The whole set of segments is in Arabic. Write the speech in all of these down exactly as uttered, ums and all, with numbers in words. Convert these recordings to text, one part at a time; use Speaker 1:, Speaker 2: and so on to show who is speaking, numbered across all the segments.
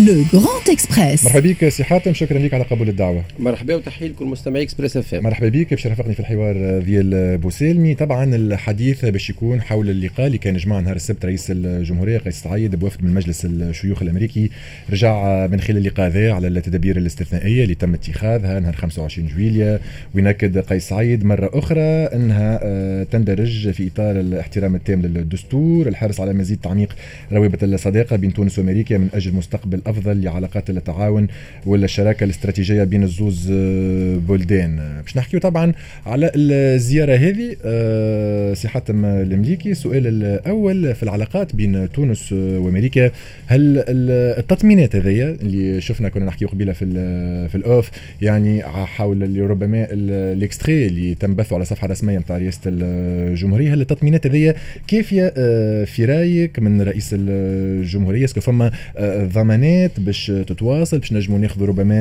Speaker 1: لو غراند اكسبريس.
Speaker 2: مرحبا بك سي حاتم، شكرا لك على قبول الدعوه.
Speaker 3: مرحبا وتحيه لكل مستمعي اكسبريس اف ام.
Speaker 2: مرحبا بك باش رافقني في الحوار ديال بوسلمي. طبعا الحديث باش يكون حول اللقاء اللي كان جمع نهار السبت رئيس الجمهوريه قيس سعيد بوفد من مجلس الشيوخ الامريكي. رجع من خلال اللقاء هذا على التدابير الاستثنائيه اللي تم اتخاذها نهار خمسة وعشرين جويليا، وينكد قيس سعيد مره اخرى انها تندرج في اطار الاحترام التام للدستور، الحرص على مزيد تعميق روابط الصداقه بين تونس وامريكا من اجل مستقبل افضل لعلاقات التعاون والشراكه الاستراتيجيه بين الزوز بلدان. باش نحكيو طبعا على الزياره هذه. سي حاتم المليكي، السؤال الاول في العلاقات بين تونس وامريكا، هل التطمينات هذيا اللي شفنا كنا نحكيو قبيله في في الاوف يعني حول اللي ربما الاكستري اللي تم بثه على صفحه رسميه نتاع رئاسه الجمهوريه، هل التطمينات هذيا كافيه في رايك من رئيس الجمهوريه؟ اسكو فما ضمانات باش تتواصل باش نجموا ناخذوا ربما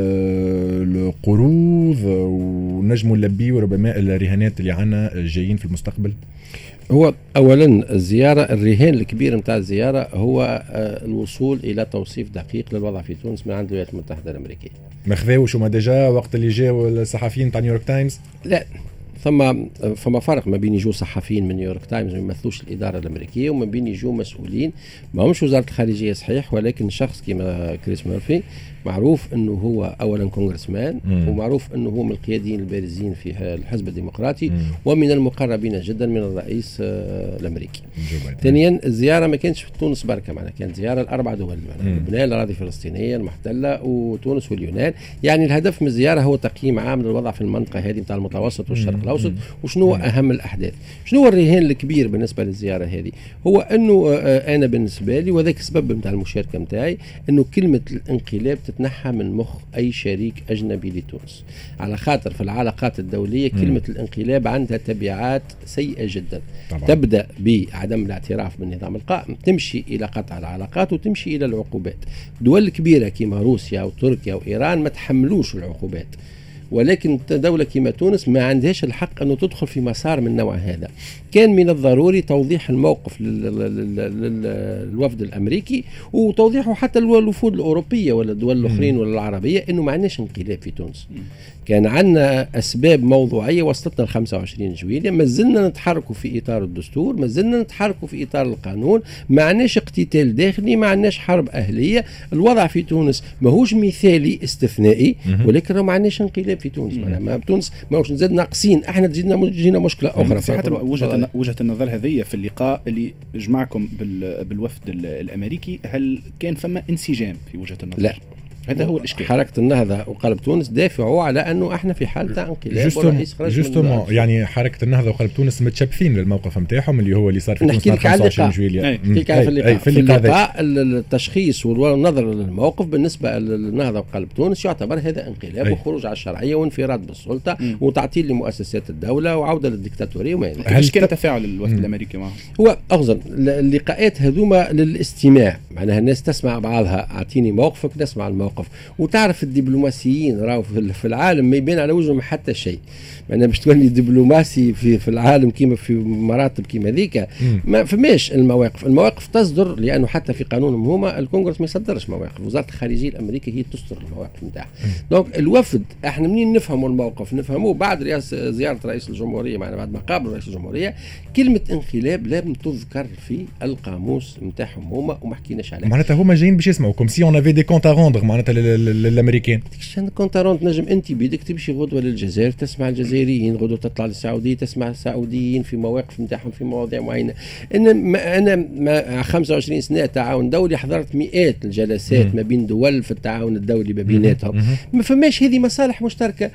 Speaker 2: القروض ونجموا نلبيوا ربما الرهانات اللي عنا جايين في المستقبل؟
Speaker 3: هو اولا الزياره، الرهان الكبير نتاع الزياره هو الوصول الى توصيف دقيق للوضع في تونس من عند الولايات المتحده الامريكيه.
Speaker 2: ما خذاوش هما ديجا وقت اللي جاوا الصحفيين تاع نيويورك تايمز؟
Speaker 3: لا، ثم فما فرق ما بين يجوا صحفيين من نيويورك تايمز ما يمثلوش الاداره الامريكيه وما بين يجوا مسؤولين ما همش وزاره الخارجيه صحيح، ولكن شخص كما كريس ميرفي معروف انه هو اولا كونغرسمان، ومعروف انه هو من القياديين البارزين في الحزب الديمقراطي، مم. ومن المقربين جدا من الرئيس الامريكي. ثانيا الزياره ما كانتش في تونس بركه، معنا كانت زياره لاربع دول، لبنان، الاراضي الفلسطينيه المحتله، وتونس واليونان. يعني الهدف من الزياره هو تقييم عام للوضع في المنطقه هذه نتاع المتوسط والشرق الاوسط، وشنو هو اهم الاحداث. شنو هو الرهان الكبير بالنسبه للزياره هذه؟ هو انه انا بالنسبه لي، وذاك السبب نتاع المشاركه نتاعي، انه كلمه الانقلاب تتنحى من مخ اي شريك اجنبي لتونس، على خاطر في العلاقات الدوليه كلمه م. الانقلاب عندها تبعات سيئه جدا طبعا. تبدا بعدم الاعتراف بالنظام القائم، تمشي الى قطع العلاقات وتمشي الى العقوبات. دول كبيره كما روسيا وتركيا وايران ما تحملوش العقوبات، ولكن دولة كما تونس ما عندهاش الحق أنه تدخل في مسار من نوع هذا. كان من الضروري توضيح الموقف للوفد الأمريكي، وتوضيحه حتى الوفود الأوروبية ولا الدول الأخرين ولا العربية، أنه ما عندناش انقلاب في تونس. كان عندنا أسباب موضوعية وصلتنا ل خمسة وعشرين جويلية، ما زلنا نتحركوا في إطار الدستور، ما زلنا نتحركوا في إطار القانون، ما عندناش اقتتال داخلي، ما عندناش حرب أهلية. الوضع في تونس ما هوش مثالي استثنائي، ولكن ما عندناش انقلاب في تونس. ما تونس ما هوش نزيد ناقصين، احنا جينا جينا مشكله اخرى.
Speaker 4: حتى وجهه وجهه النظر هذه في اللقاء اللي جمعكم بالوفد الامريكي، هل كان فما انسجام في وجهه النظر؟
Speaker 3: لا، هذا هو الاشكال. حركه النهضه وقلب تونس دافعوا على انه احنا في حاله انقلاب والرئيس خرج.
Speaker 2: جوستومون يعني حركه النهضه وقلب تونس متشبثين للموقف نتاعهم اللي هو اللي صار في تونس خمسة وعشرين جويلية.
Speaker 3: نحكي لك في اللقاء في اللقاء التشخيص والنظر للموقف بالنسبه للنهضه وقلب تونس يعتبر هذا انقلاب وخروج على الشرعيه وانفراد بالسلطه م. وتعطيل لمؤسسات الدوله وعوده للديكتاتوريه وما الى ذلك.
Speaker 4: هل كان تفاعل الوفد الامريكي معه؟
Speaker 3: هو اغزر اللقاءات هذوما للاستماع، معناها الناس تسمع بعضها، اعطيني موقفك نسمع الموقف. وتعرف الدبلوماسيين راهو في العالم ما يبين على وجههم حتى شيء، معناها باش تولي دبلوماسي في في العالم كيما في مراتب كيما ذيك ما فماش المواقف. المواقف تصدر لانه حتى في قانونهم هما الكونغرس ما يصدرش مواقف، وزاره الخارجيه الامريكيه هي تصدر المواقف نتاعها. دونك الوفد احنا منين نفهموا الموقف؟ نفهموه بعد رئاسه زياره رئيس الجمهوريه، معنا بعد ما قابل رئيس الجمهوريه. كلمه انقلاب لم تذكر في القاموس نتاعهم هما وما حكيناش عليها.
Speaker 2: معناتها هما جايين باش يسمعوا كوم سي اون افي دي كونت ا روندر معناتها الامريكان.
Speaker 3: شنو كونت ا روندر؟ نجم انت بيدك تمشي غدوه للجزائر تسمع الجزائريين، غدوه تطلع للسعوديه تسمع السعوديين في مواقف نتاعهم في مواضيع معينه. انا ما انا ما خمسة وعشرين سنه تعاون دولي حضرت مئات الجلسات مم. ما بين دول في التعاون الدولي ما بيناتهم، ما فماش هذه مصالح مشتركه.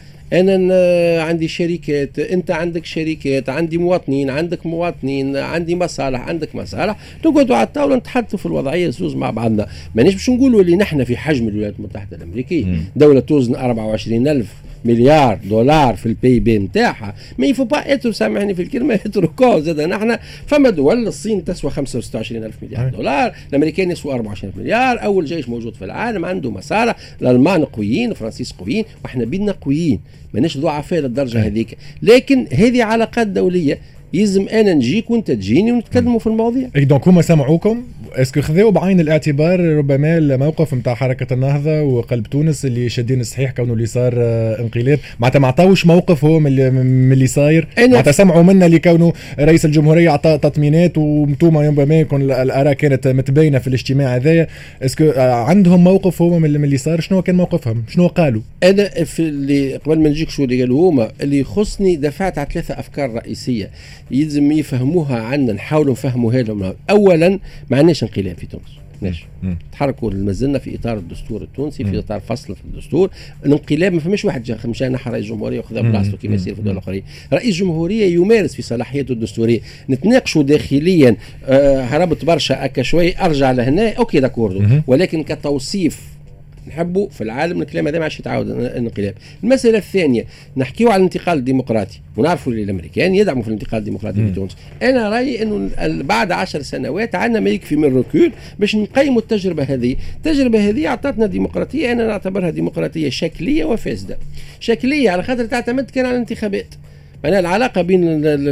Speaker 3: انا عندي شركات، انت عندك شركات، عندي مواطنين، عندك مواطنين، عندي مصالح، عندك مصالح، نقعدوا على الطاوله نتحدثوا في الوضعيه زوز مع بعضنا. مانيش باش نقولوا اللي نحن في حجم الولايات المتحده الامريكيه، مم. دوله توزن أربعة وعشرين ألف مليار دولار في البي بي نتاعها، ما يفو با اتر، سامحني في الكلمه، اتركوا زاد. نحن فما دول الصين تسوى خمسة وستة وعشرين ألف مليار دولار، الامريكان يسوى أربعة وعشرين ألف مليار، اول جيش موجود في العالم عنده مصالح، الالمان قويين، الفرنسيس قويين، واحنا بدنا قويين، ماناش ضعفاء للدرجه هذيك. لكن هذه علاقات دوليه، يلزم انا نجيك وانت تجيني ونتكلموا في المواضيع.
Speaker 2: اي دونك هما سمعوكم اسكو خذوا بعين الاعتبار ربما الموقف نتاع حركه النهضه وقلب تونس اللي شادين الصحيح كونه اللي صار انقلاب معناتها ما عطاوش موقف هو من اللي صاير معناتها سمعوا منا اللي كونه رئيس الجمهوريه عطى تطمينات وانتم ربما يكون الاراء كانت متباينه في الاجتماع هذايا اسكو عندهم موقف هو من اللي صار شنو كان موقفهم شنو قالوا؟
Speaker 3: انا في اللي قبل ما نجيك شو اللي قالوا هما اللي يخصني دفعت على ثلاثه افكار رئيسيه يلزم يفهموها عنا نحاولوا نفهموها لهم. اولا ما عندناش انقلاب في تونس ماشي تحركوا المزلنا في اطار الدستور التونسي في اطار فصل في الدستور. الانقلاب ما فماش واحد جا مشى نحى رئيس جمهوريه وخذا بلاصته كما يصير في الدول الاخرين. رئيس جمهوريه يمارس في صلاحياته الدستوريه نتناقشوا داخليا آه هربت برشا اكا شوي ارجع لهنا اوكي داكوردو ولكن كتوصيف نحبوا في العالم الكلام هذا ما عادش يتعاود الانقلاب. المساله الثانيه نحكيوا على الانتقال الديمقراطي ونعرفوا اللي الامريكان يدعموا في الانتقال الديمقراطي في تونس. انا رايي انه بعد عشر سنوات عندنا ما يكفي من ركود باش نقيموا التجربه هذه. التجربه هذه اعطتنا ديمقراطيه انا نعتبرها ديمقراطيه شكليه وفاسده. شكليه على خاطر تعتمد كان على الانتخابات معناها العلاقه بين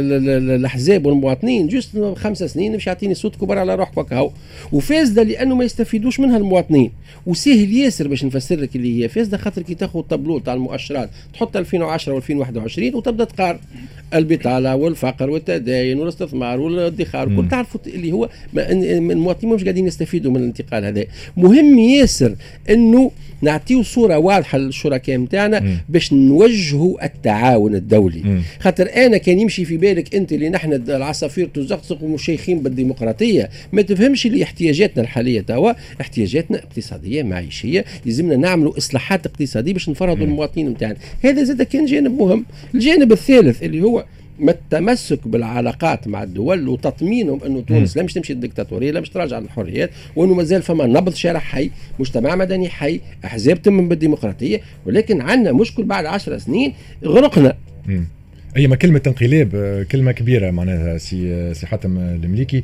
Speaker 3: الاحزاب والمواطنين جوست خمسة سنين مش يعطيني صوت كبر على روحك وكهو. وفاسده لانه ما يستفيدوش منها المواطنين. وسهل ياسر باش نفسر لك اللي هي فاسده خاطر كي تاخذ الطابلو تاع المؤشرات تحط ألفين وعشرة وألفين وواحد وعشرين وتبدا تقارن البطاله والفقر والتدين والاستثمار والادخار كل تعرفوا اللي هو المواطنين مش قاعدين يستفيدوا من الانتقال هذا. مهم ياسر انه نعطيو صوره واضحه للشركاء نتاعنا باش نوجهوا التعاون الدولي. مم. خاطر انا كان يمشي في بالك انت اللي نحن العصافير تزقزق ومشيخين بالديمقراطيه ما تفهمش اللي احتياجاتنا الحاليه توا احتياجاتنا اقتصاديه معيشيه لازمنا نعملوا اصلاحات اقتصاديه باش نفرضوا المواطنين نتاعنا. هذا زاد كان جانب مهم. الجانب الثالث اللي هو ما التمسك بالعلاقات مع الدول وتطمينهم انه تونس لا مش تمشي الدكتاتوريه لا مش تراجع الحريات وانه مازال فما نبض شارع حي مجتمع مدني حي احزاب تمن بالديمقراطيه. ولكن عندنا مشكل بعد عشر سنين غرقنا.
Speaker 2: مم. اي ما كلمه انقلاب كلمه كبيره معناها سي سي حاتم المليكي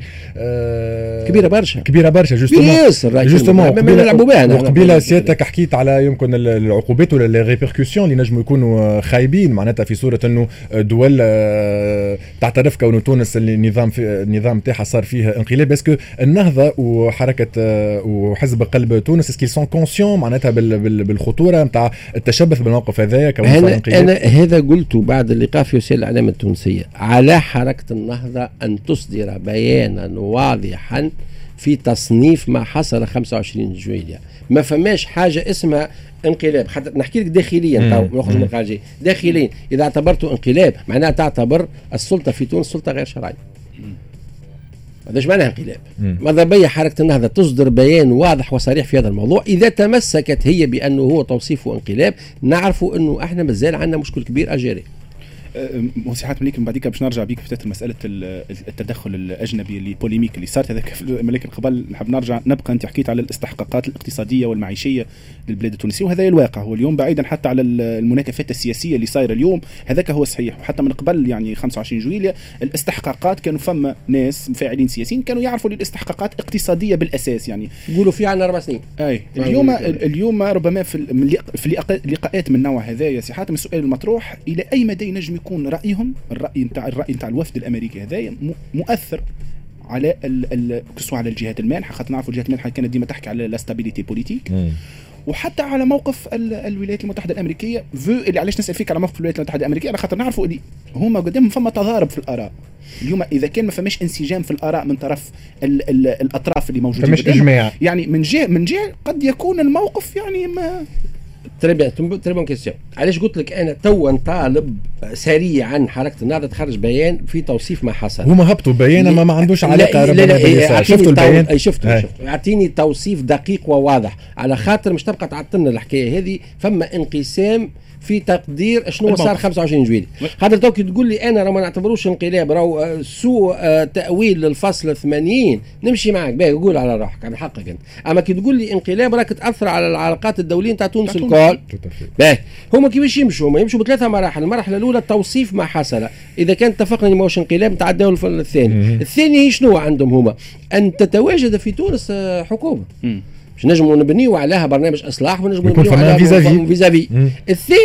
Speaker 2: أه
Speaker 3: كبيره برشا
Speaker 2: كبيره برشا جوستومون
Speaker 3: جوستومون
Speaker 2: قبيله سيادتك حكيت على يمكن العقوبات ولا لي ريبيركسيون اللي نجموا يكونوا خايبين معناتها في صوره انه دول تعترف كون تونس النظام في النظام تاعها صار فيه انقلاب. اسكو النهضه وحركه وحزب قلب تونس اسكي سون كونسيون معناتها بالخطوره نتاع التشبث بالموقف هذايا كون صار انقلاب؟
Speaker 3: انا هذا قلته بعد اللقاء في وسائل الإعلام التونسية. على حركة النهضة أن تصدر بيانا واضحا في تصنيف ما حصل خمسة وعشرين جويلية. ما فماش حاجة اسمها انقلاب. حتى نحكي لك داخليا تو نخرج من الخارجية. داخليا إذا اعتبرته انقلاب معناها تعتبر السلطة في تونس سلطة غير شرعية. هذاش معناها انقلاب. ماذا بيا حركة النهضة تصدر بيان واضح وصريح في هذا الموضوع. إذا تمسكت هي بأنه هو توصيفه انقلاب نعرفوا أنه احنا مازال عندنا مشكل كبير أجاري.
Speaker 4: موسيحات مليك من بعديك باش نرجع بيك في مساله التدخل الاجنبي اللي بوليميك اللي صارت هذاك مليك. قبل نحب نرجع نبقى انت حكيت على الاستحقاقات الاقتصاديه والمعيشيه للبلاد التونسيه وهذا الواقع هو اليوم بعيدا حتى على المناكفات السياسيه اللي صايره اليوم هذاك هو صحيح. وحتى من قبل يعني خمسة وعشرين جويلية الاستحقاقات كانوا فما ناس فاعلين سياسيين كانوا يعرفوا الاستحقاقات اقتصاديه بالاساس يعني
Speaker 3: يقولوا في عندنا اربع سنين.
Speaker 4: اي اليوم اليوم ربما في في اللقاءات من نوع هذا يا سي حاتم السؤال المطروح الى اي مدى ينجم يكون رأيهم الرأي نتاع الرأي نتاع الوفد الأمريكي هذا مؤثر على ال كسوا على الجهات المانحة. خاطر نعرفوا الجهات المانحة كانت ديما تحكي على لاستابيليتي بوليتيك وحتى على موقف الولايات المتحدة الأمريكية. فو اللي علاش نسأل فيك على موقف الولايات المتحدة الأمريكية على خاطر نعرفوا اللي هما قدام فما تضارب في الآراء. اليوم إذا كان ما فماش انسجام في الآراء من طرف ال ال الأطراف اللي موجودين
Speaker 2: فماش إجماع
Speaker 4: يعني من جهة من جهة قد يكون الموقف يعني ما
Speaker 3: تري تري بون كيستيون. علاش قلت لك انا توا نطالب سريعا حركه النهضه تخرج بيان في توصيف ما حصل.
Speaker 2: هما هبطوا بيان ما, ما عندوش علاقه.
Speaker 3: لا لا لا
Speaker 2: شفتوا البيان؟
Speaker 3: اي شفته شفت. يعطيني توصيف دقيق وواضح على خاطر مش تبقى تعطلنا الحكايه هذه. فما انقسام في تقدير شنو صار خمسة وعشرين جويلية. خاطر توكي تقول لي انا راه ما نعتبروش انقلاب راهو سوء تاويل للفصل ثمانين نمشي معك باهي قول على روحك على حقك انت. اما كي تقول لي انقلاب راك تاثر على العلاقات الدوليه نتاع تونس الكل باهي. هما كيفاش يمشوا؟ هما يمشوا بثلاثه مراحل. المرحله الاولى توصيف ما حصل. اذا كان اتفقنا ما هوش انقلاب نتعداو الثاني. الثاني هي شنو عندهم هما؟ ان تتواجد في تونس حكومه باش نجموا نبنيو عليها برنامج اصلاح ونجموا نبنيو عليها فيزافي. الثالث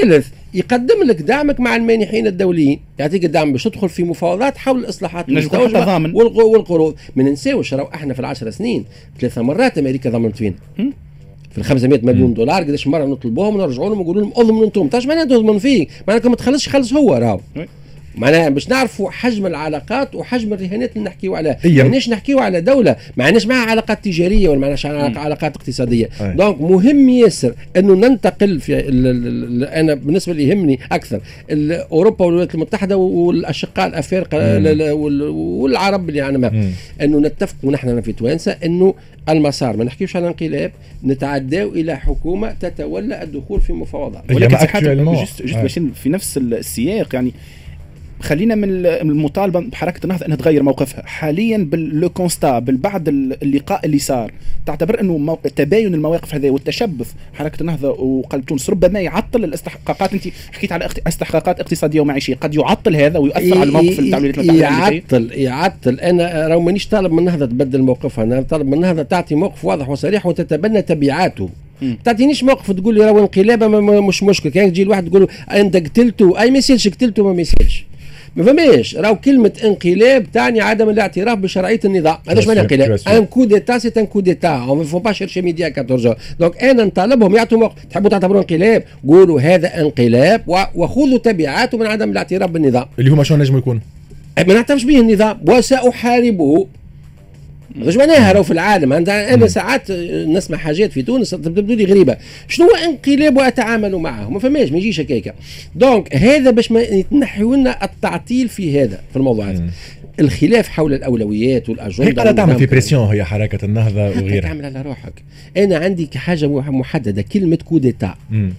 Speaker 3: يقدم لك دعمك مع المانحين الدوليين، يعطيك الدعم باش تدخل في مفاوضات حول الاصلاحات المستوجبه والقروض. ما ننساوش راهو احنا في العشر سنين ثلاثه مرات امريكا ضمنت فينا في ال خمسمائة مليون دولار، قداش مره نطلبوهم ونرجعوا لهم ونقولوا لهم اضمنوا انتم، تاش معناها تضمن فيك، معناها ما تخلصش خلص هو راهو. معناها باش نعرفوا حجم العلاقات وحجم الرهانات اللي نحكيو عليها، ماناش نحكيو على دوله معناش معها علاقات تجاريه ولا معناش علاقات اقتصاديه. دونك مهم ياسر انه ننتقل في ال ال انا بالنسبه اللي يهمني اكثر اوروبا والولايات المتحده والاشقاء الافارقه والعرب اللي يعني ما انه نتفقوا نحن في توانسه انه المسار ما نحكيوش على انقلاب، نتعداو الى حكومه تتولى الدخول في مفاوضات.
Speaker 4: ولكن جست جست باش في نفس السياق يعني خلينا من المطالبه بحركه النهضه انها تغير موقفها حاليا بالكونستا بعد اللقاء اللي صار. تعتبر انه مو... تباين المواقف هذه والتشبث حركه النهضه وقلب تونس ربما يعطل الاستحقاقات؟ انت حكيت على استحقاقات اقتصاديه ومعيشيه، قد يعطل هذا ويؤثر على الموقف نتاع الولايات المتحده الامريكيه؟
Speaker 3: يعطل يعطل انا راهو مانيش طالب من النهضه تبدل موقفها، انا طالب من النهضه تعطي موقف واضح وصريح وتتبنى تبعاته. تعطينيش موقف تقول لي راهو انقلاب مش مشكل، كان يجي الواحد تقول له انت قتلته اي ما يصيرش، قتلته ما يصيرش، ما فماش. راهو كلمة انقلاب تعني عدم الاعتراف بشرعية النظام، هذا معنى انقلاب. ان كو ديتا سي ان كو ديتا، اون فو با شيرشي ميديا كاتورجا. دونك انا نطالبهم يعطوا موقف، تحبوا تعتبروا انقلاب قولوا هذا انقلاب وخذوا تبعاته من عدم الاعتراف بالنظام
Speaker 2: اللي هما شنو نجم يكون؟
Speaker 3: ما نعترفش به النظام وسأحاربه. مش معناها راهو في العالم انا ساعات نسمع حاجات في تونس تبدو لي غريبه، شنو هو انقلاب واتعامل معه؟ ما فماش، ما يجيش هكاك. دونك هذا باش ما يتنحوا لنا التعطيل في هذا في الموضوع هذا. الخلاف حول الاولويات والاجنده
Speaker 2: هي قاعده تعمل في بريسيون، هي حركه النهضه وغيرها
Speaker 3: تعمل على روحك. انا عندي حاجه محدده، كلمه كوديتا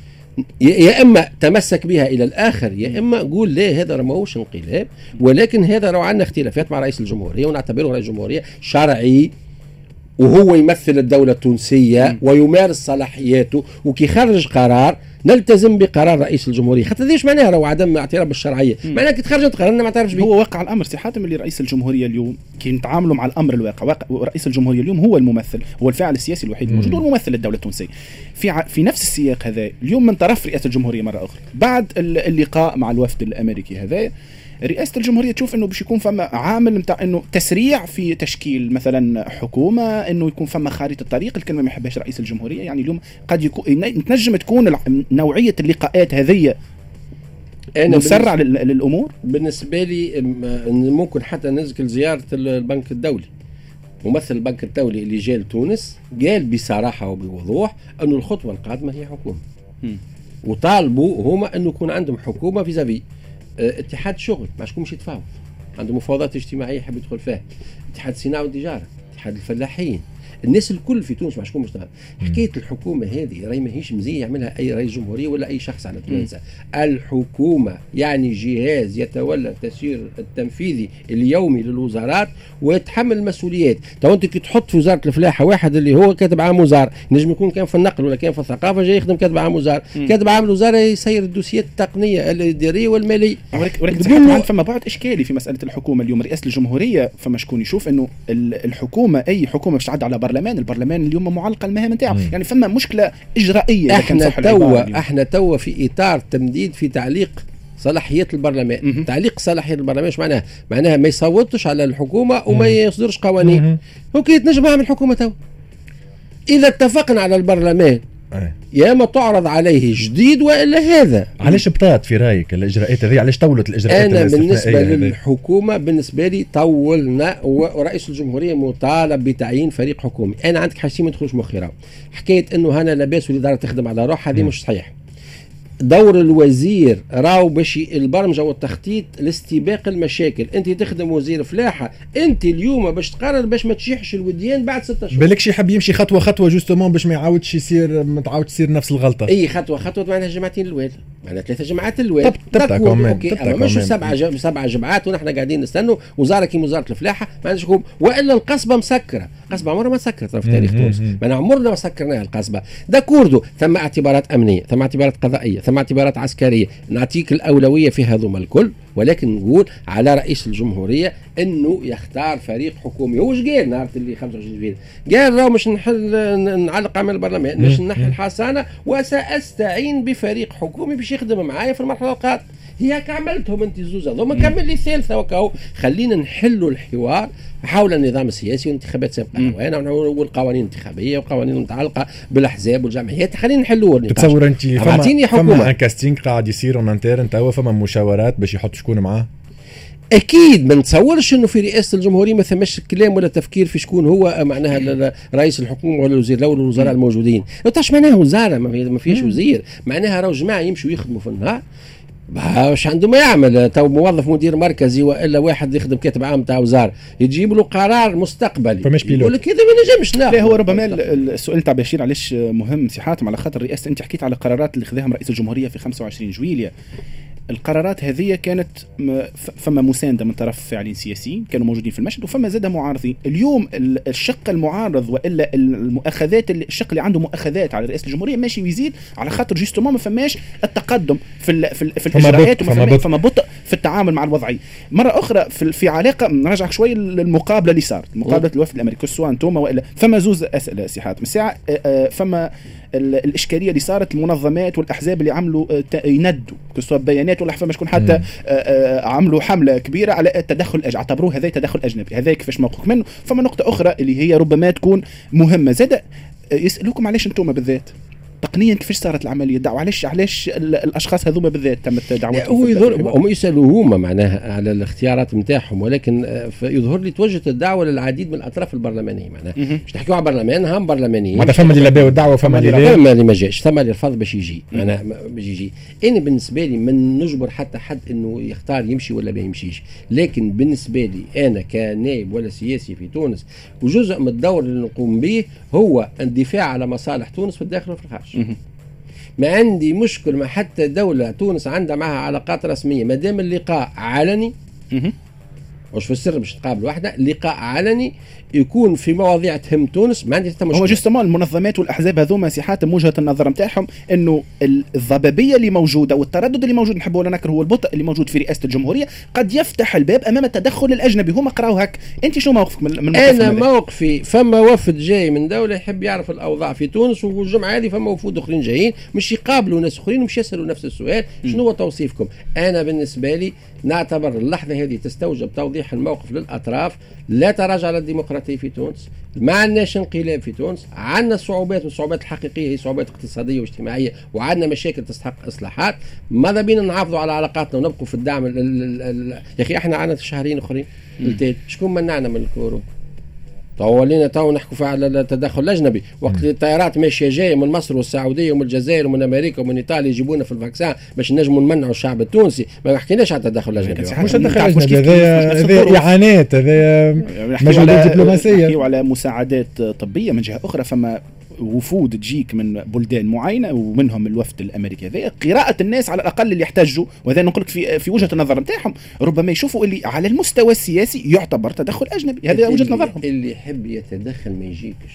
Speaker 3: يا اما تمسك بها الى الاخر يا اما قول لا هذا راه ماهوش انقلاب، ولكن هذا راه عندنا اختلافات مع رئيس الجمهوريه ونعتبره رئيس الجمهوريه شرعي وهو يمثل الدوله التونسيه ويمارس صلاحياته، وكي خرج قرار نلتزم بقرار رئيس الجمهوريه. خاطر هذا ايش معناها راهو عدم اعتراف بالشرعيه؟ معناها كي تخرجت قرار ما تعرفش به.
Speaker 4: هو واقع الامر سي حاتم اللي رئيس الجمهوريه اليوم كي نتعاملوا مع الامر الواقع، واقع رئيس الجمهوريه اليوم هو الممثل، هو الفاعل السياسي الوحيد الموجود والممثل للدوله التونسيه. في ع... في نفس السياق هذا اليوم من طرف رئاسه الجمهوريه مره اخرى بعد اللقاء مع الوفد الامريكي هذا، رئاسة الجمهورية تشوف انه باش يكون فما عامل نتاع انه تسريع في تشكيل مثلا حكومة، انه يكون فما خارطة الطريق، الكلمة ما يحبهاش رئيس الجمهورية. يعني اليوم قد يكون تنجم تكون نوعية اللقاءات هذه مسرع للامور.
Speaker 3: بالنسبة لي ممكن حتى نذكر زيارة البنك الدولي، ممثل البنك الدولي اللي جاء لتونس قال بصراحة وبوضوح انه الخطوة القادمة هي حكومة، وطالبوا هما انه يكون عندهم حكومة في زافي اتحاد شغل ما شكونش يتفاوض، عنده مفاوضات اجتماعيه يحب يدخل فيها، اتحاد الصناعه والتجاره، اتحاد الفلاحين، الناس الكل في تونس ما شكون مشتغل. حكايه الحكومه هذه راهي ماهيش مزيه يعملها اي رئيس جمهوريه ولا اي شخص على تونس. الحكومه يعني جهاز يتولى التسيير التنفيذي اليومي للوزارات ويتحمل المسؤوليات. تو انت كي تحط في وزاره الفلاحه واحد اللي هو كاتب عام وزاره، نجم يكون كان في النقل ولا كان في الثقافه جاي يخدم كاتب عام وزاره، كاتب عام الوزاره يسير الدوسيات التقنيه الاداريه والماليه.
Speaker 4: ولكن فما بعض اشكالي في مساله الحكومه اليوم. رئاسه الجمهوريه فما شكون يشوف انه الحكومه اي حكومه باش تعدي على برلمان، البرلمان اليوم معلقه المهام نتاعو، يعني فما مشكله اجرائيه.
Speaker 3: احنا توا احنا توا في اطار تمديد في تعليق صلاحيات البرلمان. م- تعليق صلاحيات البرلمان ايش معناها؟ معناها ما يصوتش على الحكومه وما يصدرش قوانين. اوكي تنجم نعمل حكومه توا اذا اتفقنا على البرلمان يا اما تعرض عليه جديد والا هذا.
Speaker 2: علاش بطات في رايك الاجراءات هذه؟ علاش طولت الاجراءات؟
Speaker 3: انا بالنسبه للحكومه بالنسبه لي طولنا، ورئيس الجمهوريه مطالب بتعيين فريق حكومي. انا عندك حاجتين ما يدخلوش مخي، حكايه انه هنا لاباس والاداره تخدم على روحها هذه مش صحيح. دور الوزير راو باش البرمجه والتخطيط لاستباق المشاكل. انت تخدم وزير فلاحه، انت اليوم باش تقرر باش ما تشيحش الوديان بعد ستة شهور.
Speaker 2: بالكش يحب يمشي خطوه خطوه جوستومون باش ما يعاودش يصير ما تعاود تصير نفس الغلطه.
Speaker 3: اي خطوه خطوه معناها جماعتين الوال، معناها ثلاثه جماعات الوال.
Speaker 2: طب تبدا كمان
Speaker 3: مش سبعه جم... سبعه جماعات ونحن قاعدين نستنوا وزاره كي وزاره الفلاحه ما عندش حكومه، والا القصبه مسكره. القصبه عمرها ما سكرت في تاريخ تونس، ما عمرنا ما سكرناها القصبه. دا كوردو ثم اعتبارات امنيه، ثم اعتبارات قضائيه، ثم ثم اعتبارات عسكريه، نعطيك الاولويه في هذوما الكل، ولكن نقول على رئيس الجمهوريه انه يختار فريق حكومي. هو ايش قال نهار اللي خمسة وعشرين جويلية؟ قال راه مش نحل نعلق عمل البرلمان، مش نحل الحصانه، وساستعين بفريق حكومي باش يخدم معايا في المرحله القادمه. هي عملتهم انت زوز هذوما، كمل لي الثالثه وكاو. خلينا نحلوا الحوار حول النظام السياسي والانتخابات سابقه والقوانين الانتخابيه والقوانين المتعلقه بالاحزاب والجمعيات، خلينا نحلوا النقاش.
Speaker 2: تتصور انت
Speaker 3: فما
Speaker 2: فما ان كاستينغ قاعد يصير اون انترن توا، فما مشاورات باش يحط شكون معاه؟
Speaker 3: اكيد ما نتصورش انه في رئاسه الجمهوريه ما ثماش كلام ولا تفكير في شكون هو معناها رئيس الحكومه ولا الوزير الاول والوزراء الموجودين. تاش معناها وزاره ما فيش وزير، معناها راهو جماعه يمشوا يخدموا في النهار باش عنده ما يعمل. تو موظف مدير مركزي والا واحد يخدم كاتب عام تاع وزاره يجيب له قرار مستقبلي يقول لك هذا ما نجمش.
Speaker 4: لا هو ربما السؤال تاع بشير علاش مهم سي حاتم، على خاطر رئاسه انت حكيت على قرارات اللي خذاهم رئيس الجمهوريه في خمسة وعشرين جويلية. القرارات هذه كانت فما مسانده من طرف فاعلين سياسيين كانوا موجودين في المشهد، وفما زاد معارضين. اليوم الشق المعارض والا المؤاخذات، الشق اللي عنده مؤاخذات على رئاسه الجمهوريه ماشي ويزيد، على خاطر جوستومون ما فماش التقدم في ال في, ال في الاجراءات، وما فما, فما بطء في التعامل مع الوضعيه. مره اخرى في, في علاقه نرجع شوي للمقابله اللي صارت، مقابله الوفد الامريكي سواء انتم والا، فما زوز اسئله سي حاتم الساعه. فما الاشكاليه اللي صارت المنظمات والاحزاب اللي عملوا يندوا كسوا بيانات ولا فما شكون حتى عملوا حمله كبيره على التدخل الأجنبي، اعتبروه هذا تدخل اجنبي. هذا كيفاش موقفك منه؟ فما نقطه اخرى اللي هي ربما تكون مهمه زاد، يسالوكم علاش انتم بالذات تقنيا كيفاش صارت العمليه الدعوه، علاش علاش الاشخاص هذوما بالذات تمت دعوتهم؟
Speaker 3: هو يظهر هم يسالوا هما معناها على الاختيارات نتاعهم، ولكن يظهر لي توجهت الدعوه للعديد من الاطراف البرلمانيه. معناها مش نحكيو على برلمان هم برلمانيين،
Speaker 2: ما فما اللي لباو الدعوه وفما
Speaker 3: اللي ما جاش، ثم اللي رفض باش يجي. انا باش يجي. انا بالنسبه لي من نجبر حتى حد انه يختار يمشي ولا ما يمشيش، لكن بالنسبه لي انا كنائب ولا سياسي في تونس، وجزء من الدور اللي نقوم به هو الدفاع على مصالح تونس في الداخل وفي الخارج. ما عندي مشكل مع حتى دولة تونس عندها معها علاقات رسمية، ما دام اللقاء علني مش في السر مش تقابل واحدة، لقاء علني يكون في مواضيع تهم تونس، ما عندي حتى مشكلة.
Speaker 4: هو جوستومون المنظمات والاحزاب هذوما سي حاتم وجهة النظر نتاعهم انه الضبابية اللي موجودة والتردد اللي موجود، نحب ولا نكره، هو البطء اللي موجود في رئاسة الجمهورية قد يفتح الباب امام التدخل الاجنبي. هما قراو هك. انت شو موقفك من الموقف؟
Speaker 3: انا موقفي فما وفد جاي من دولة يحب يعرف الاوضاع في تونس، والجمعة هذه فما وفود اخرين جايين مش يقابلوا ناس اخرين ومش يسالوا نفس السؤال شنو هو توصيفكم. انا بالنسبة لي نعتبر اللحظة هذه تستوجب توضيح الموقف للاطراف. لا تراجع على الديمقراطية في تونس، ما عندناش انقلاب في تونس، عندنا صعوبات، والصعوبات الحقيقيه هي صعوبات اقتصاديه واجتماعيه، وعندنا مشاكل تستحق اصلاحات. ماذا بينا نحافظوا على علاقاتنا ونبقوا في الدعم ال ال ال يا اخي احنا عندنا شهرين اخرين شكون منعنا من الكورونا؟ طولينا تو نحكوا على التدخل الاجنبي، وقت الطيارات ماشيه جايه من مصر والسعوديه ومن الجزائر ومن امريكا ومن ايطاليا يجيبونا في الفاكسان باش نجموا نمنعوا الشعب التونسي. ما حكيناش على التدخل الاجنبي،
Speaker 2: مش التدخل الاجنبي، هذا اعانات، هذا مجهودات دبلوماسيه
Speaker 4: وعلى مساعدات طبيه. من جهه اخرى فما وفود تجيك من بلدان معينه ومنهم الوفد الامريكي، هذا قراءه الناس على الاقل اللي يحتاجوا، وهذا نقول لك في في وجهه النظر نتاعهم ربما يشوفوا اللي على المستوى السياسي يعتبر تدخل اجنبي. هذا وجهه نظرهم.
Speaker 3: اللي يحب يتدخل ما يجيكش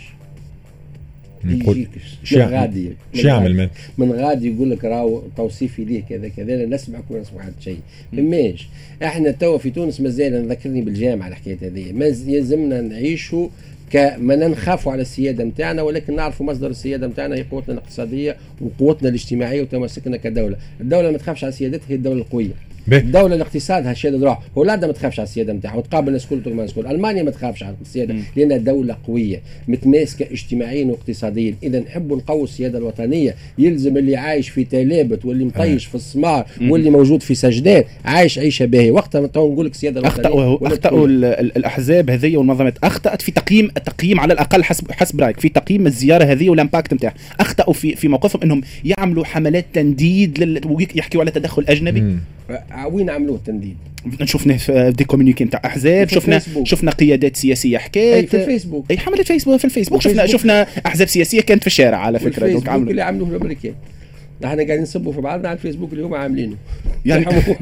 Speaker 2: يجيكش
Speaker 3: من غادي
Speaker 2: شو يعمل من
Speaker 3: من غادي يقول لك راهو توصيفي ليه كذا كذا، لا نسمعك ولا نسمع حد شيء. فماش احنا توا في تونس مازال نذكرني بالجامعه الحكايه هذه، ما يلزمنا نعيشوا كما نخافوا على السياده نتاعنا، ولكن نعرفوا مصدر السياده نتاعنا هي قوتنا الاقتصاديه وقوتنا الاجتماعيه وتمسكنا كدوله. الدوله ما تخافش على سيادتها، هي الدوله القويه. الدوله الاقتصاد هالشيء روح، هولندا ما تخافش على السياده نتاعها وتقابل الناس كل ما نقول، المانيا ما تخافش على السياده لانها دوله قويه متماسكه اجتماعيا واقتصاديا. اذا نحبوا نقوي السياده الوطنيه، يلزم اللي عايش في تلابت واللي مطيش في السمار واللي موجود في سجدان عايش عيشه باهيه. وقتها نقول لك السياده الوطنيه
Speaker 4: اخطاوا اخطاوا الاحزاب هذه والمنظمات، اخطات في تقييم التقييم على الاقل حسب حسب رايك في تقييم الزياره هذه والامباكت نتاعها. اخطاوا في في موقفهم انهم يعملوا حملات تنديد لل... ويحكيوا على تدخل اجنبي.
Speaker 3: وين عملوه التنديد؟
Speaker 4: شفنا في دي كومونيكي نتاع احزاب، شفنا شفنا قيادات سياسيه حكايه
Speaker 3: في الفيسبوك،
Speaker 4: اي حملات فيسبوك في الفيسبوك، شفنا شفنا احزاب سياسيه كانت في الشارع على فكره.
Speaker 3: دونك عملوا اللي عملوه الامريكان، نحن قاعدين نصبوا في بعضنا على الفيسبوك اللي هم عاملينه
Speaker 4: يعني.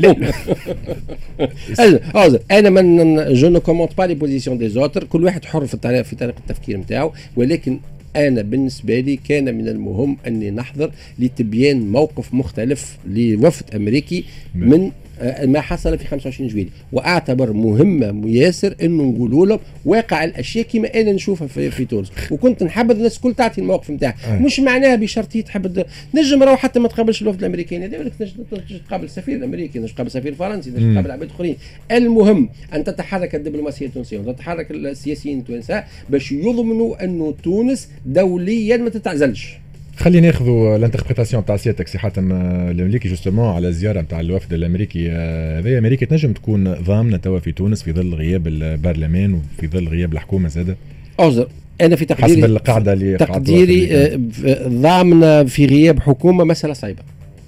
Speaker 3: انا من جو نو كومونت با لي بوزيسيون دي زوتر، كل واحد حر في الطريقه في طريقه التفكير نتاعو، ولكن أنا بالنسبة لي كان من المهم أني نحضر لتبيان موقف مختلف لوفد أمريكي من ما حصل في خمسة وعشرين جويلية، واعتبر مهمه ياسر انه نقولوا لهم واقع الاشياء كما انا نشوفها في, في تونس، وكنت نحبذ الناس الكل تعطي الموقف نتاعها. آه. مش معناها بشرط تحب نجم راهو حتى ما تقابلش الوفد الامريكي، هذا نجم تقابل السفير الامريكي، نجم تقابل السفير الفرنسي، نجم تقابل عباد اخرين. المهم ان تتحرك الدبلوماسيه التونسيه وتتحرك السياسيين التوانسه باش يضمنوا انه تونس دوليا ما تتعزلش.
Speaker 2: خلينا ناخذوا الانتربريتاسيون تاع سيادتك سي حاتم الامريكي جوستومون على الزياره نتاع الوفد الامريكي هذايا. امريكا تنجم تكون ضامنه توا في تونس في ظل غياب البرلمان وفي ظل غياب الحكومه زاده؟
Speaker 3: اعذر انا في تقديري
Speaker 2: حسب القاعده اللي
Speaker 3: تقديري ضامنه في غياب حكومه مساله صعيبه.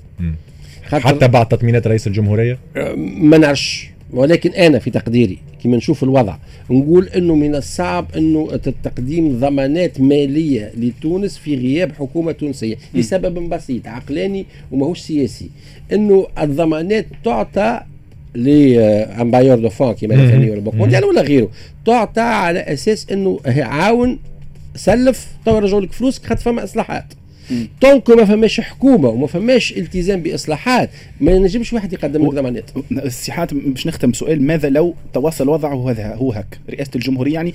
Speaker 2: حتى بعد تطمينات رئيس الجمهوريه
Speaker 3: ما نعرفش، ولكن انا في تقديري كما نشوف الوضع نقول انه من الصعب انه تقديم ضمانات ماليه لتونس في غياب حكومه تونسيه لسبب بسيط عقلاني وماهوش سياسي، انه الضمانات تعطى لامبايور دو فون كما يسميوه البنك مونديال ولا غيره، تعطى على اساس انه عاون سلف تو رجعوا لك فلوسك خاطر فما اصلاحات. طونكو ما فماش حكومه وما فماش التزام باصلاحات ما ينجمش واحد يقدم لك ضمانات.
Speaker 4: السيحات باش نختم سؤال، ماذا لو توصل وضعه هذا هو هك رئاسه الجمهوريه يعني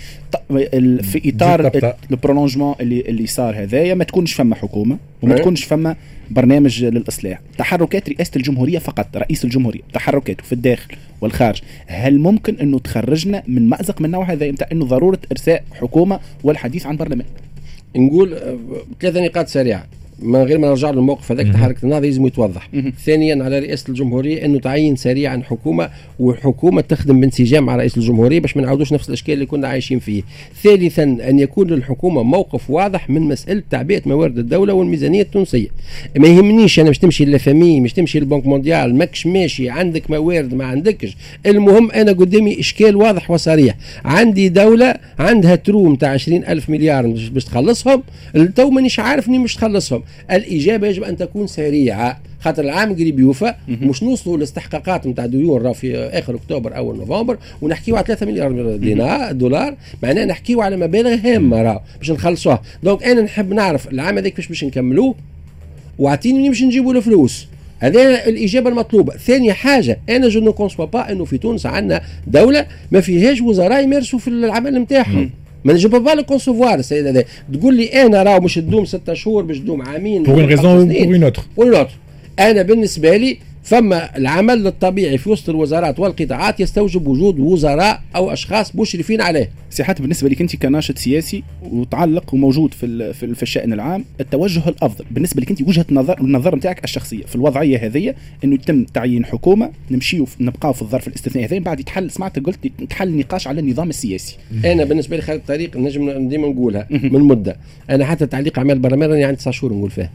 Speaker 4: في اطار البرولونجمون اللي اللي صار هذايا ما تكونش فما حكومه وما تكونش فما برنامج للاصلاح، تحركات رئاسه الجمهوريه فقط، رئيس الجمهوريه تحركاته في الداخل والخارج، هل ممكن انه تخرجنا من مأزق من النوع هذا نتاع انه ضروره ارساء حكومه والحديث عن برلمان؟
Speaker 3: نقول ثلاثة نقاط سريعة من غير ما نرجع للموقف هذاك تحرك النهضة لازم يتوضح. ثانيا على رئاسة الجمهورية انه تعين سريعا حكومة وحكومة تخدم بانسجام مع رئيس الجمهورية باش ما نعاودوش نفس الاشكال اللي كنا عايشين فيه. ثالثا ان يكون للحكومة موقف واضح من مسألة تعبئة موارد الدولة والميزانية التونسية. ما يهمنيش انا مش تمشي للفامي مش تمشي للبنك مونديال ماكش ماشي عندك موارد ما عندكش، المهم انا قدامي اشكال واضح وصريح، عندي دولة عندها تروم تاع عشرين ألف مليار باش تخلصهم، التو مانيش عارف اني مش تخلصهم. الإجابة يجب أن تكون سريعة خاطر العام قريب يوفى، مش نوصلوا للاستحقاقات نتاع ديون راه في آخر أكتوبر أول نوفمبر ونحكيوا على ثلاثة مليار دينار دولار، معناه نحكيوا على مبالغ هامة راه باش نخلصوها. دونك أنا نحب نعرف العام هذاك فاش باش نكملوه واعطيني باش نجيبوا له فلوس، هذا الإجابة المطلوبة. ثاني حاجة أنا جو نو كونسوا با إنه في تونس عندنا دولة ما فيهاش وزراء يمارسوا في العمل نتاعهم. ما نجيب با لو كونسوفوار السيد هذا تقول لي انا راه مش تدوم ستة شهور باش تدوم عامين
Speaker 2: بور ريزون بور اون اوتر
Speaker 3: بور اوتر. انا بالنسبه لي فما العمل الطبيعي في وسط الوزارات والقطاعات يستوجب وجود وزراء او اشخاص مشرفين عليه.
Speaker 4: سي بالنسبه لك انت كناشط سياسي وتعلق وموجود في في الشأن العام، التوجه الافضل بالنسبه لك انت وجهه نظر النظر نتاعك الشخصيه في الوضعيه هذه انه يتم تعيين حكومه نمشيو نبقاو في الظرف الاستثنائي هذا بعد يتحل سمعت قلت يتحل نقاش على النظام السياسي.
Speaker 3: انا بالنسبه لي خالد الطريق نجم ديما نقولها من مده، انا حتى تعليق اعمال البرلمان راني عندي تسعة شهور نقول فيها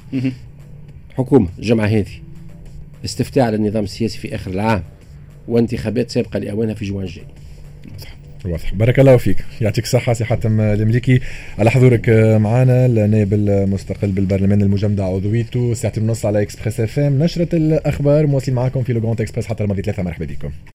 Speaker 3: حكومه الجمعه هذه استفتاء على النظام السياسي في آخر العام وانتخابات سابقة لأوانها في جوان الجاي.
Speaker 2: واضح. بارك الله فيك، يعطيك الصحة سي حاتم الامريكي على حضورك معنا، النائب المستقل بالبرلمان المجمدة عضويته ساعتين ونص على اكسبريس اف ام. نشرة الأخبار مواصلين معكم في لو جراند اكسبريس حتى الماضي ثلاثة. مرحبا بكم.